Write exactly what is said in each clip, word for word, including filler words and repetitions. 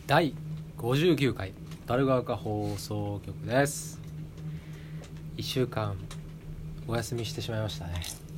だいごじゅうきゅうかい樽ヶ丘放送局です。いっしゅうかんお休みしてしまいましたね。ね、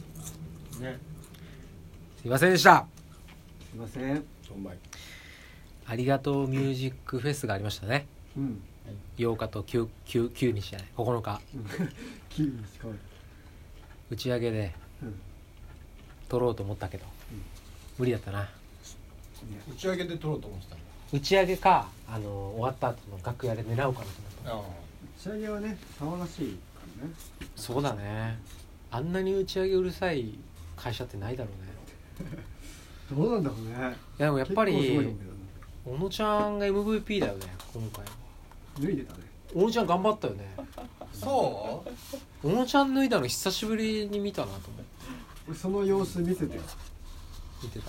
すいませんでした。 すいません。 ありがとうミュージックフェスがありましたね。 うん。 ようかと 9, 9, 9日じゃないここのか、 うん、きゅうにちか打ち上げで、うん、撮ろうと思ったけど、うん、無理だったな。 打ち上げで撮ろうと思ってたんだ。 打ち上げかあの終わった後の楽屋で狙おうかなと思った。 ああ、打ち上げはね騒がしいからね。 そうだね。あんなに打ち上げうるさい会社ってないだろうね。 どうなんだろうね。 いやでもやっぱり小野ちゃんが エムブイピー だよね今回は。 脱いでたね。 小野ちゃん頑張ったよね。 そう小野ちゃん脱いだの久しぶりに見たなと思って。 俺その様子見せてよ。 見てた、うん、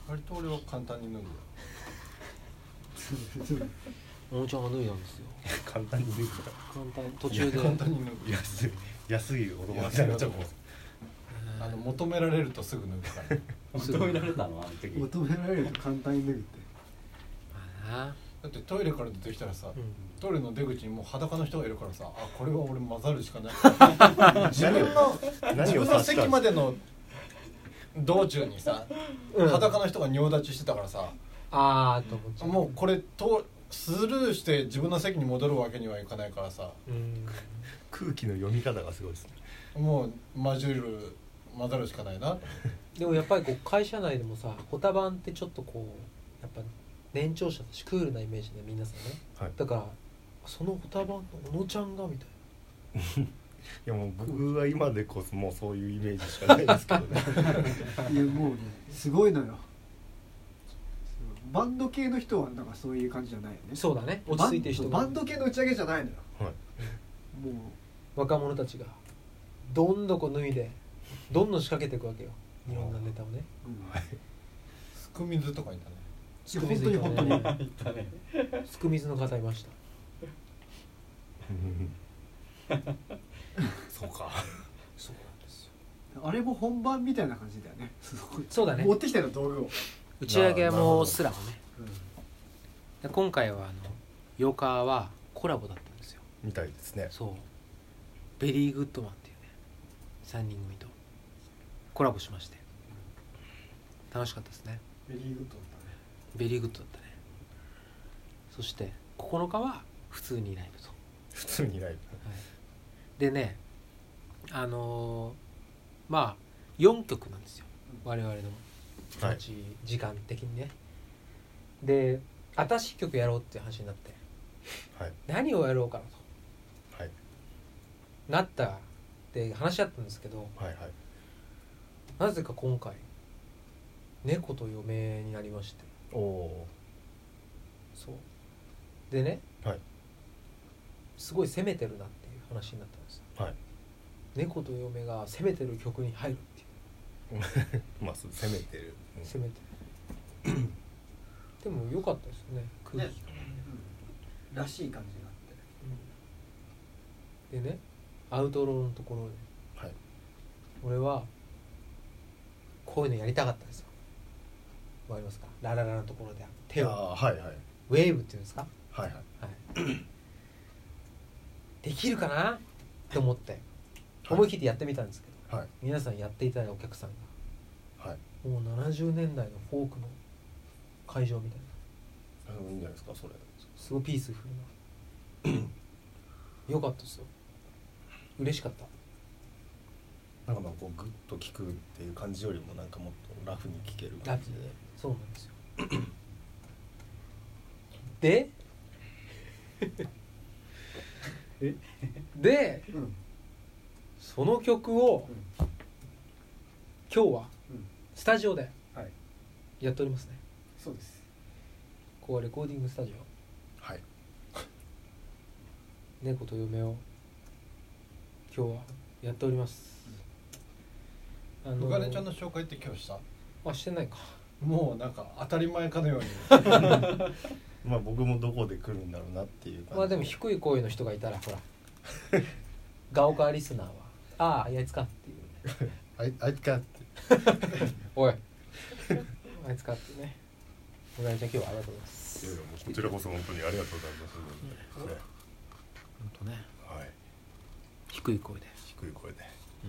割と俺は簡単に脱ぐよ。 小野ちゃんが脱いだんですよ。 簡単に脱ぐ簡単途中で簡単に脱ぐ。 安い安い男みたいなとこ。 あの求められるとすぐ脱ぐから。 求められたのはあの時。 求められると簡単に脱ぐって。 まあな。 だってトイレから出てきたらさ、うん、トイレの出口にもう裸の人がいるからさ、あこれは俺混ざるしかない自分の自分の席までの道中にさ、うん、裸の人が仁王立ちしてたからさ、 あーと思っちゃう。 もうこれとスルーして自分の席に戻るわけにはいかないからさ、 うん、空気の読み方がすごいですね。 もう混じる混ざるしかないな。 でもやっぱりこう会社内でもさ、ホタバンってちょっとこうやっぱ年長者だしクールなイメージで皆さんね、はい、だからそのホタバンの小野ちゃんがみたいな。いやもう僕は今でこそもうそういうイメージしかないですけどね。 いやもうねすごいのよ。バンド系の人はなんかそういう感じじゃないよね。 そうだね、落ち着いてる人がバンド系の打ち上げじゃないのよ、はい、 もう若者たちがどんどこ脱いでどんどん仕掛けていくわけよ、いろんなネタをね、うんはい、 すく水とかいたね。 すく水いたね。すく水の方いました。 そうか。 そうなんですよ。 あれも本番みたいな感じだよね。 そうだね。 持ってきたの道具を。 打ち上げもすらもね。うん、今回はあのようかはコラボだったんですよ。 みたいですね。 そう。ベリーグッドマンっていうねさんにん組とコラボしまして楽しかったですね。 ベリーグッドだったね。 ベリーグッドだったね。そしてここのかは普通にライブと。 普通にライブ、はい、 でねあのー、まあよんきょくなんですよ、うん、我々の気持ち、はい、時間的にね。で新しい曲やろうっていう話になって、はい、何をやろうかなと、はい、なったって話し合ったんですけど、はいはい、なぜか今回猫と嫁になりまして。おお。そうでね、はい、すごい攻めてるなっていう話になったんです、はい、猫と嫁が攻めてる曲に入るっていうまあ攻めてる、 うん、攻めてるでも良かったですよね、空気が、ねうん、らしい感じがあって、 うん、でねアウトローのところで、はい、俺はこういうのやりたかったんですよ。わかりますか？ラララのところで手を、 はいはい、 ウェーブっていうんですか？ はいはいはい、できるかなと思って思い切ってやってみたんですけど、はい、皆さんやっていただいたお客さんが、はい、もうななじゅうねんだいのフォークの会場みたいな。 いいんじゃないですかそれ。 すごいピースフルなよかったですよ。嬉しかった。 なんかこうグッと聴くっていう感じよりもなんかもっとラフに聴ける感じで。 そうなんですよでで、うん、その曲を、うん、今日は、うん、スタジオでやっておりますね。 そうです。 ここはレコーディングスタジオ。はい。猫と嫁を今日はやっております。 あのー、うがねちゃんの紹介って今日した？ あ、してないか。 もうなんか当たり前かのようにまあ僕もどこで来るんだろうなっていう感じ。 まあでも低い声の人がいたらほらガオカーリスナーはあああいつかっていうあいあいつかっておいあいつかってね小倉ちゃん今日はありがとうございます。 いやいやもうこちらこそ本当にありがとうございます、 うん、 ね、 本当ね、 はい、 低い声で低い声で、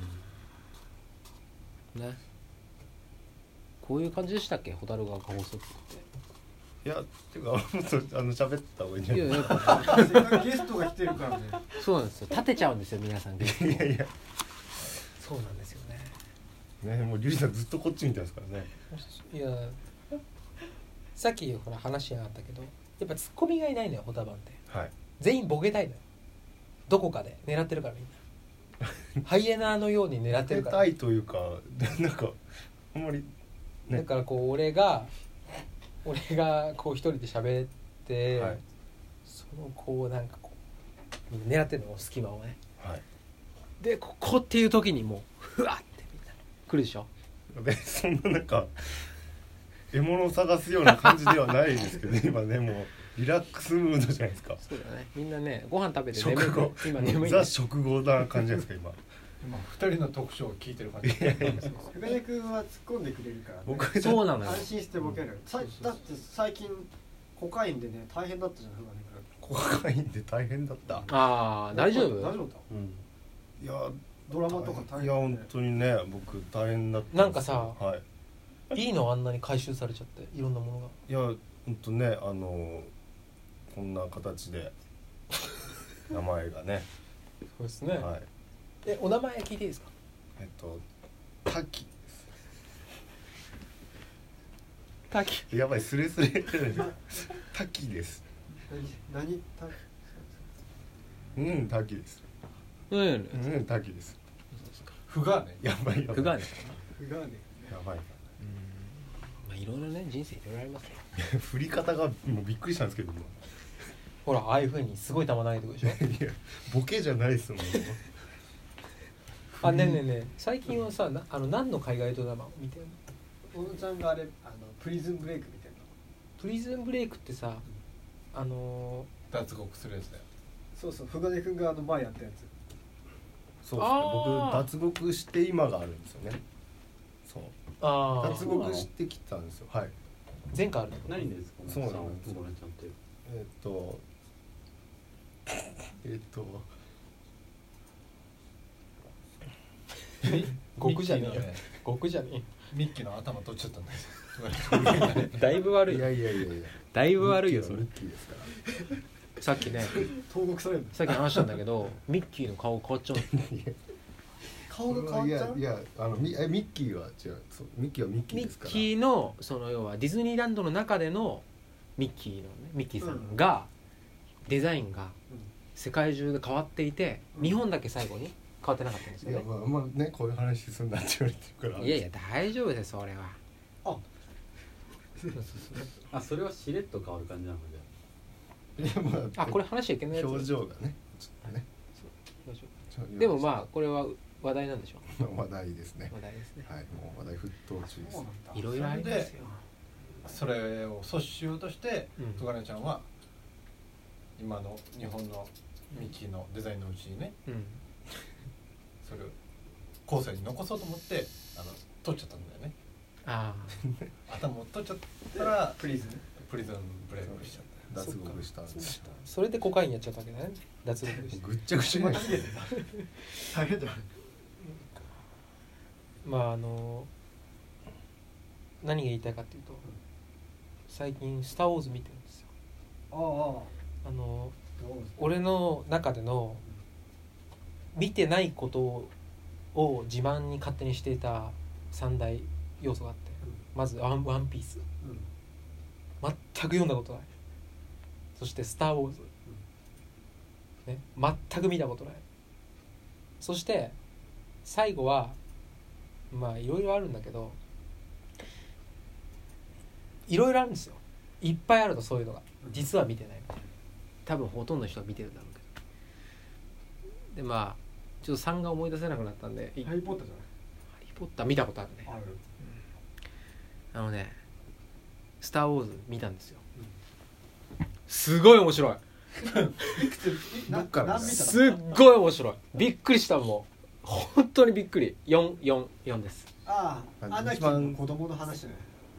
うん、ね、こういう感じでしたっけ、蛍川放送局って。 いやっていうかもっとあの喋った方がいいんじゃないいやいやせっかくゲストが来てるからね。 そうなんですよ、立てちゃうんですよ皆さんゲストを。 いやいやそうなんですよね。 ね、もうリュウジさんずっとこっち見てますからね。 いやさっきほら話しなかったけど、やっぱツッコミがいないのよホタバンって。 はい。 全員ボケたいのよ、どこかで狙ってるからみんなハイエナのように狙ってるから。 たいというかなんかあんまり、ね、 だからこう俺が俺がこう一人で喋って、はい、そのこうなんかこうみんな狙ってるの隙間をね、 はい、 でここっていう時にもうふわってみんな来るでしょ。 でそんななんか獲物を探すような感じではないですけど、ね、今ねもうリラックスムードじゃないですか。 そうだね、みんなねご飯食べて眠い食後今眠い、 ザ食後な感じじゃないですか今今二人のトークショーを聞いてる感じ。 久根君は突っ込んでくれるから、ね、 僕そうなのよ、 安心してボケる。さだって最近コカインでね大変だったじゃん久根君。 コカインで大変だった。 ああ大丈夫。 大丈夫だ、 うん、いやドラマとか大変、ね、 いや本当にね僕大変だったなんかさ、 はい、 いいのあんなに回収されちゃっていろんなものが。 いや本当ねあのこんな形で名前がねそうですね、 はい、 えお名前聞いていいですか。 えっと滝です。 滝やばいスレスレ滝です。 何何うん滝です。 うんうんうん滝です。 ふがねやばいやばいふがねふがねやばい。 まあいろいろね人生いろいろありますよ。 振り方がもうびっくりしたんですけども。 ほらああいう風にすごい球投げてくるでしょ。 いやボケじゃないですもん。 あねえねえねえ最近はさなあの何の海外ドラマを見てるの。 小野ちゃんがあれあのプリズンブレイク見てるの。 プリズンブレイクってさ、あのー、脱獄するやつだよ。 そうそうふがね君があの前やったやつ。 そうですね僕脱獄して今があるんですよね。そうあ脱獄してきたんですよ。はい前回あるの。 何ですか。 そうなんです。えっとえっと極じゃねえよ。極じゃねえよ。 ミッキーの頭取っちゃったんですよ。 だいぶ悪い。 いやいやいやいや。 だいぶ悪いよそれ。 ミッキーですから。 さっきね投獄される。 さっき話したんだけどミッキーの顔変わっちゃう。 顔が変わっちゃう。 いやいやあのミえミッキーは違う。そうミッキーはミッキーですから。 ミッキーのその要はディズニーランドの中でのミッキーのねミッキーさんが、うん、デザインが世界中で変わっていて、うん、日本だけ最後に変わってなかったんですよね。 いやまあまあねこういう話するんだって言われてるから。 いやいや大丈夫ですそれは。 ああそれはしれっと変わる感じなのじゃ。 いやまああこれ話しちゃいけないやつ。 表情がねちょっとね。 でもまあこれは話題なんでしょう。 話題ですね。 話題ですね。 はいもう話題沸騰中です。 いろいろありますよ。 それを阻止しようとしてうんふがねちゃんは今の日本のミッキーのデザインのうちにね、 うん、 それを後世に残そうと思ってあの取っちゃったんだよね。 ああ頭を取っちゃったらプリズンプリズンブレイクしちゃった。 脱獄したんですよ。 それでコカインやっちゃったわけね。脱獄してぐっちゃぐちゃになって大変だよ。 まああの何が言いたいかっていうと最近スターウォーズ見てるんですよ。 あああのあ俺の中での見てないことを自慢に勝手にしていた三大要素があって、まずワン、ワンピース、 うん、 全く読んだことない。そしてスターウォーズ、ね、全く見たことない。そして最後はまあいろいろあるんだけどいろいろあるんですよ。いっぱいあるとそういうのが実は見てないみたいな。多分ほとんどの人は見てるんだろうけど。でまあちょっとさんが思い出せなくなったんでハリーポッターじゃない。 ハリーポッター見たことあるね。 ある、 うん、あのねスターウォーズ見たんですよ、うん、すごい面白いどっからすっごい面白い。びっくりしたもん本当にびっくり。よん、よん、よんです。 ああアナキンの子供の話ね。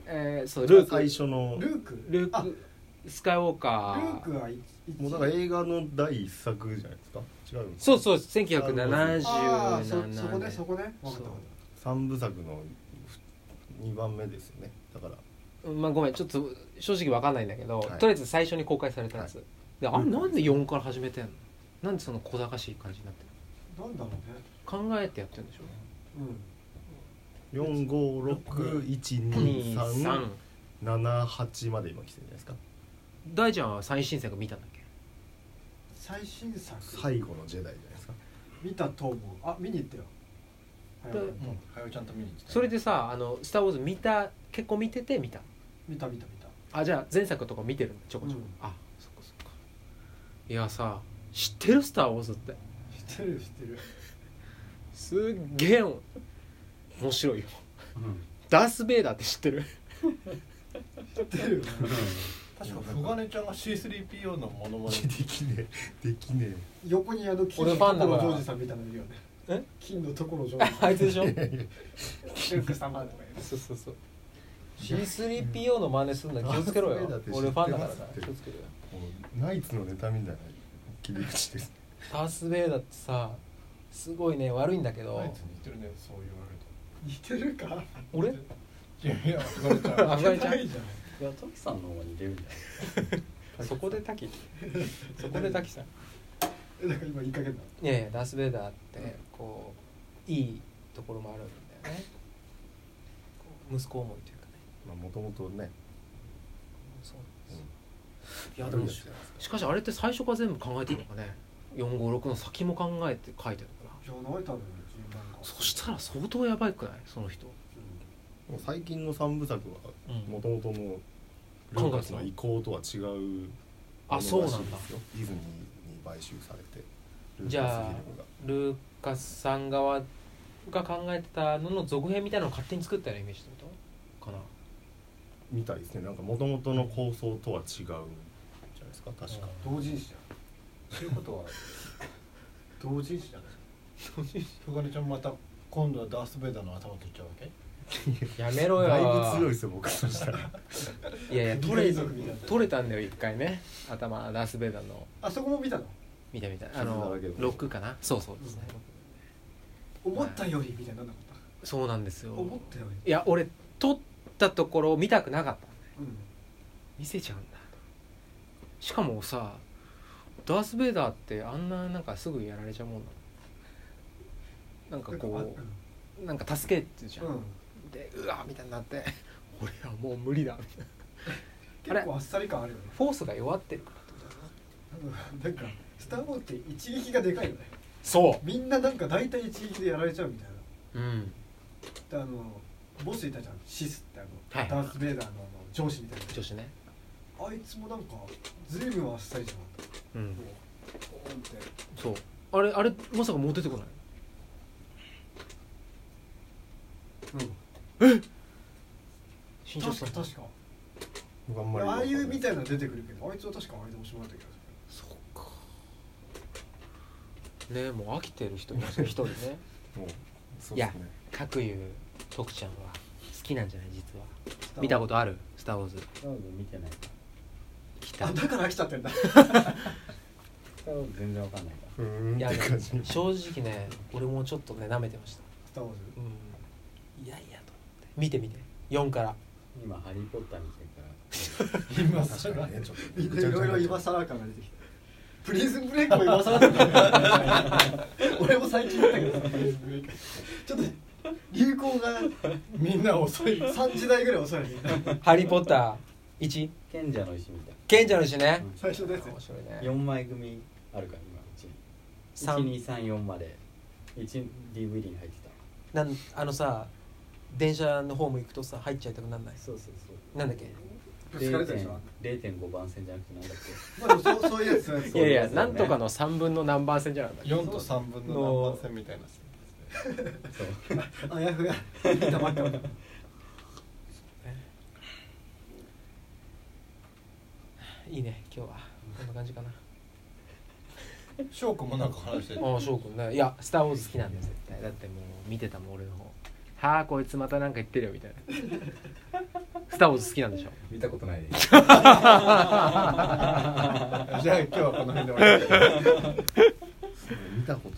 えー、そうルーク最初のルークルークスカイウォーカールークはいもうだから映画の第一作じゃないですか。違うの？ そうそうせんきゅうひゃくななじゅうななあーそそこねそこね分かった分かっ三部作のにばんめですよね。だからまあごめんちょっと正直わかんないんだけど、 はいとりあえず最初に公開されたやつ、 はいであれなんでよんから始めてんの？なんでその小賢しい感じになってるたなんだろうねの？考えてやってるんでしょ。 うんよんごろくいちにさんななはちまで今来てるんじゃないですか。 大ちゃんは最新作見たんだっけ？ 最新作最後のジェダイじゃないですか。 見たと思うあ見に行ったよはいではいうんはよちゃんと見に行ってたそれでさあのスター・ウォーズ見た結構見てて見た見た見た見たあじゃあ前作とか見てるのちょこちょこ、 うんあそっかそっかいやさ知ってるスター・ウォーズって知ってるよ知ってるすっげえ面白いよダース・ベイダーって知ってる？ 知ってるよね確かフガネちゃんが シースリーピーオー のモノマネできねえできね横にあの金俺のファンだから所ジョージさんみたいなのいるよねえ金の所ジョージさんあいつでしょルーク様とか言うそうそうそう シースリーピーオー の真似すんの気をつけろよダースベイダーって知ってます俺ファンだからなって気をつけろよえ。もうナイツのネタみたいな切り口です。 ダース・ベイダーってさすごいね悪いんだけどナイツ似てるねそう言われると似てるか俺いやいやフガネちゃんあフガネちゃん似てないじゃんいやトキさんの方が似てるんじゃないそこで滝そこで滝さんえなんか今いい加減だいやいやダース・ベイダーってこういいところもあるんだよねこう息子思いというかねまあもともとね。 そうなんですいやでもししかしあれって最初から全部考えていいのかねよんごろくの先も考えて書いてるのかなじゃない多分順番がそしたら相当やばいくないその人もう最近の三部作はうんもともとのルーカスの意向とは違うあそうなんだものらしいですよ。ディズニーに買収されてルじゃあーカスフィルムがルーカスさん側が考えてたのの続編みたいなのを勝手に作ったようなイメージってことかなみたいですね。なんかもともとの構想とは違うんじゃないですか確か。 同人誌じゃんそういうことは同人誌じゃないフガネちゃんまた今度はダース・ベイダーの頭取っちゃうわけやめろよだいぶ強いですよ僕としたら。 いやいや取れ貴族みたいな取れたんだよ一回ね頭ダース・ベイダーのあそこも見たの見た見たあ傷だのらけのロックかなそうそうですね、 思ったよりみたいになんなかっそうなんですよた思ったよりいや俺撮ったところを見たくなかったうん見せちゃうんだしかもさダース・ベイダーってあんななんかすぐやられちゃうもんなのなんかこうなんか助けってじゃん、 うんでうわみたいになって俺はもう無理だみたいな結構あっさり感あるよねフォースが弱ってるからってことだななんかスター・ウォーズって一撃がでかいよねそみんななんか大体一撃でやられちゃうみたいなううんであのボスいたじゃんシスってあの、 はいダース・ベイダーのあの上司みたいな女子ねあいつもなんかずいぶんあっさりじゃんうんもうポーンってそうあれあれまさかもう出てこないうん身長差確か確か僕あんまりああいうみたいなの出てくるけどあいつは確かあれで面白かった気がそっかねえもう飽きてる人いますよ一人ねもうそうですね。 各いう徳ちゃんは好きなんじゃない実はする見たことあるスター・ウォーズ多分見てないか来たあだから飽きちゃってんだ多分全然わかんないかふーんいやって感じ。 正直ね俺もちょっとね舐めてましたスター・ウォーズうんいやいやと思って見て見てよんから今ハリー・ポッター見てるから今確かにねちょっとみんないろいろ今更感が出てきたプリズンブレイクも今更だった俺も最近言ったけどさプリズンブレイクちょっと流行がみんな遅いさんじだいぐらい遅いみんなハリー・ポッターいち賢者の石みたい賢者の石ね最初のやつ面白いねなよんまい組あるから今うちに三いちにさんよんまでいち ディーブイディー に入ってたなんあのさ電車のホーム行くとさ入っちゃいたくなんないそうそうそうなんだっけ疲れたでしょれいてんご 番線じゃなくてなんだっけまあでもそうそういうやつそういうやついやいやそうですよねなんとかのさんぶんの何番線じゃなんだっけよんとさんぶんの何番線みたいなそうあやふや見たばっかりいいね今日はこんな感じかな翔くんもなんか話してるああ翔くんねいやスター・ウォーズ好きなんだよ絶対だってもう見てたもん俺の方はあこいつまたなんか言ってるよみたいなスター・ウォーズ好きなんでしょ。 見たことないです。 じゃあ今日はこの辺で終わり。 見たこと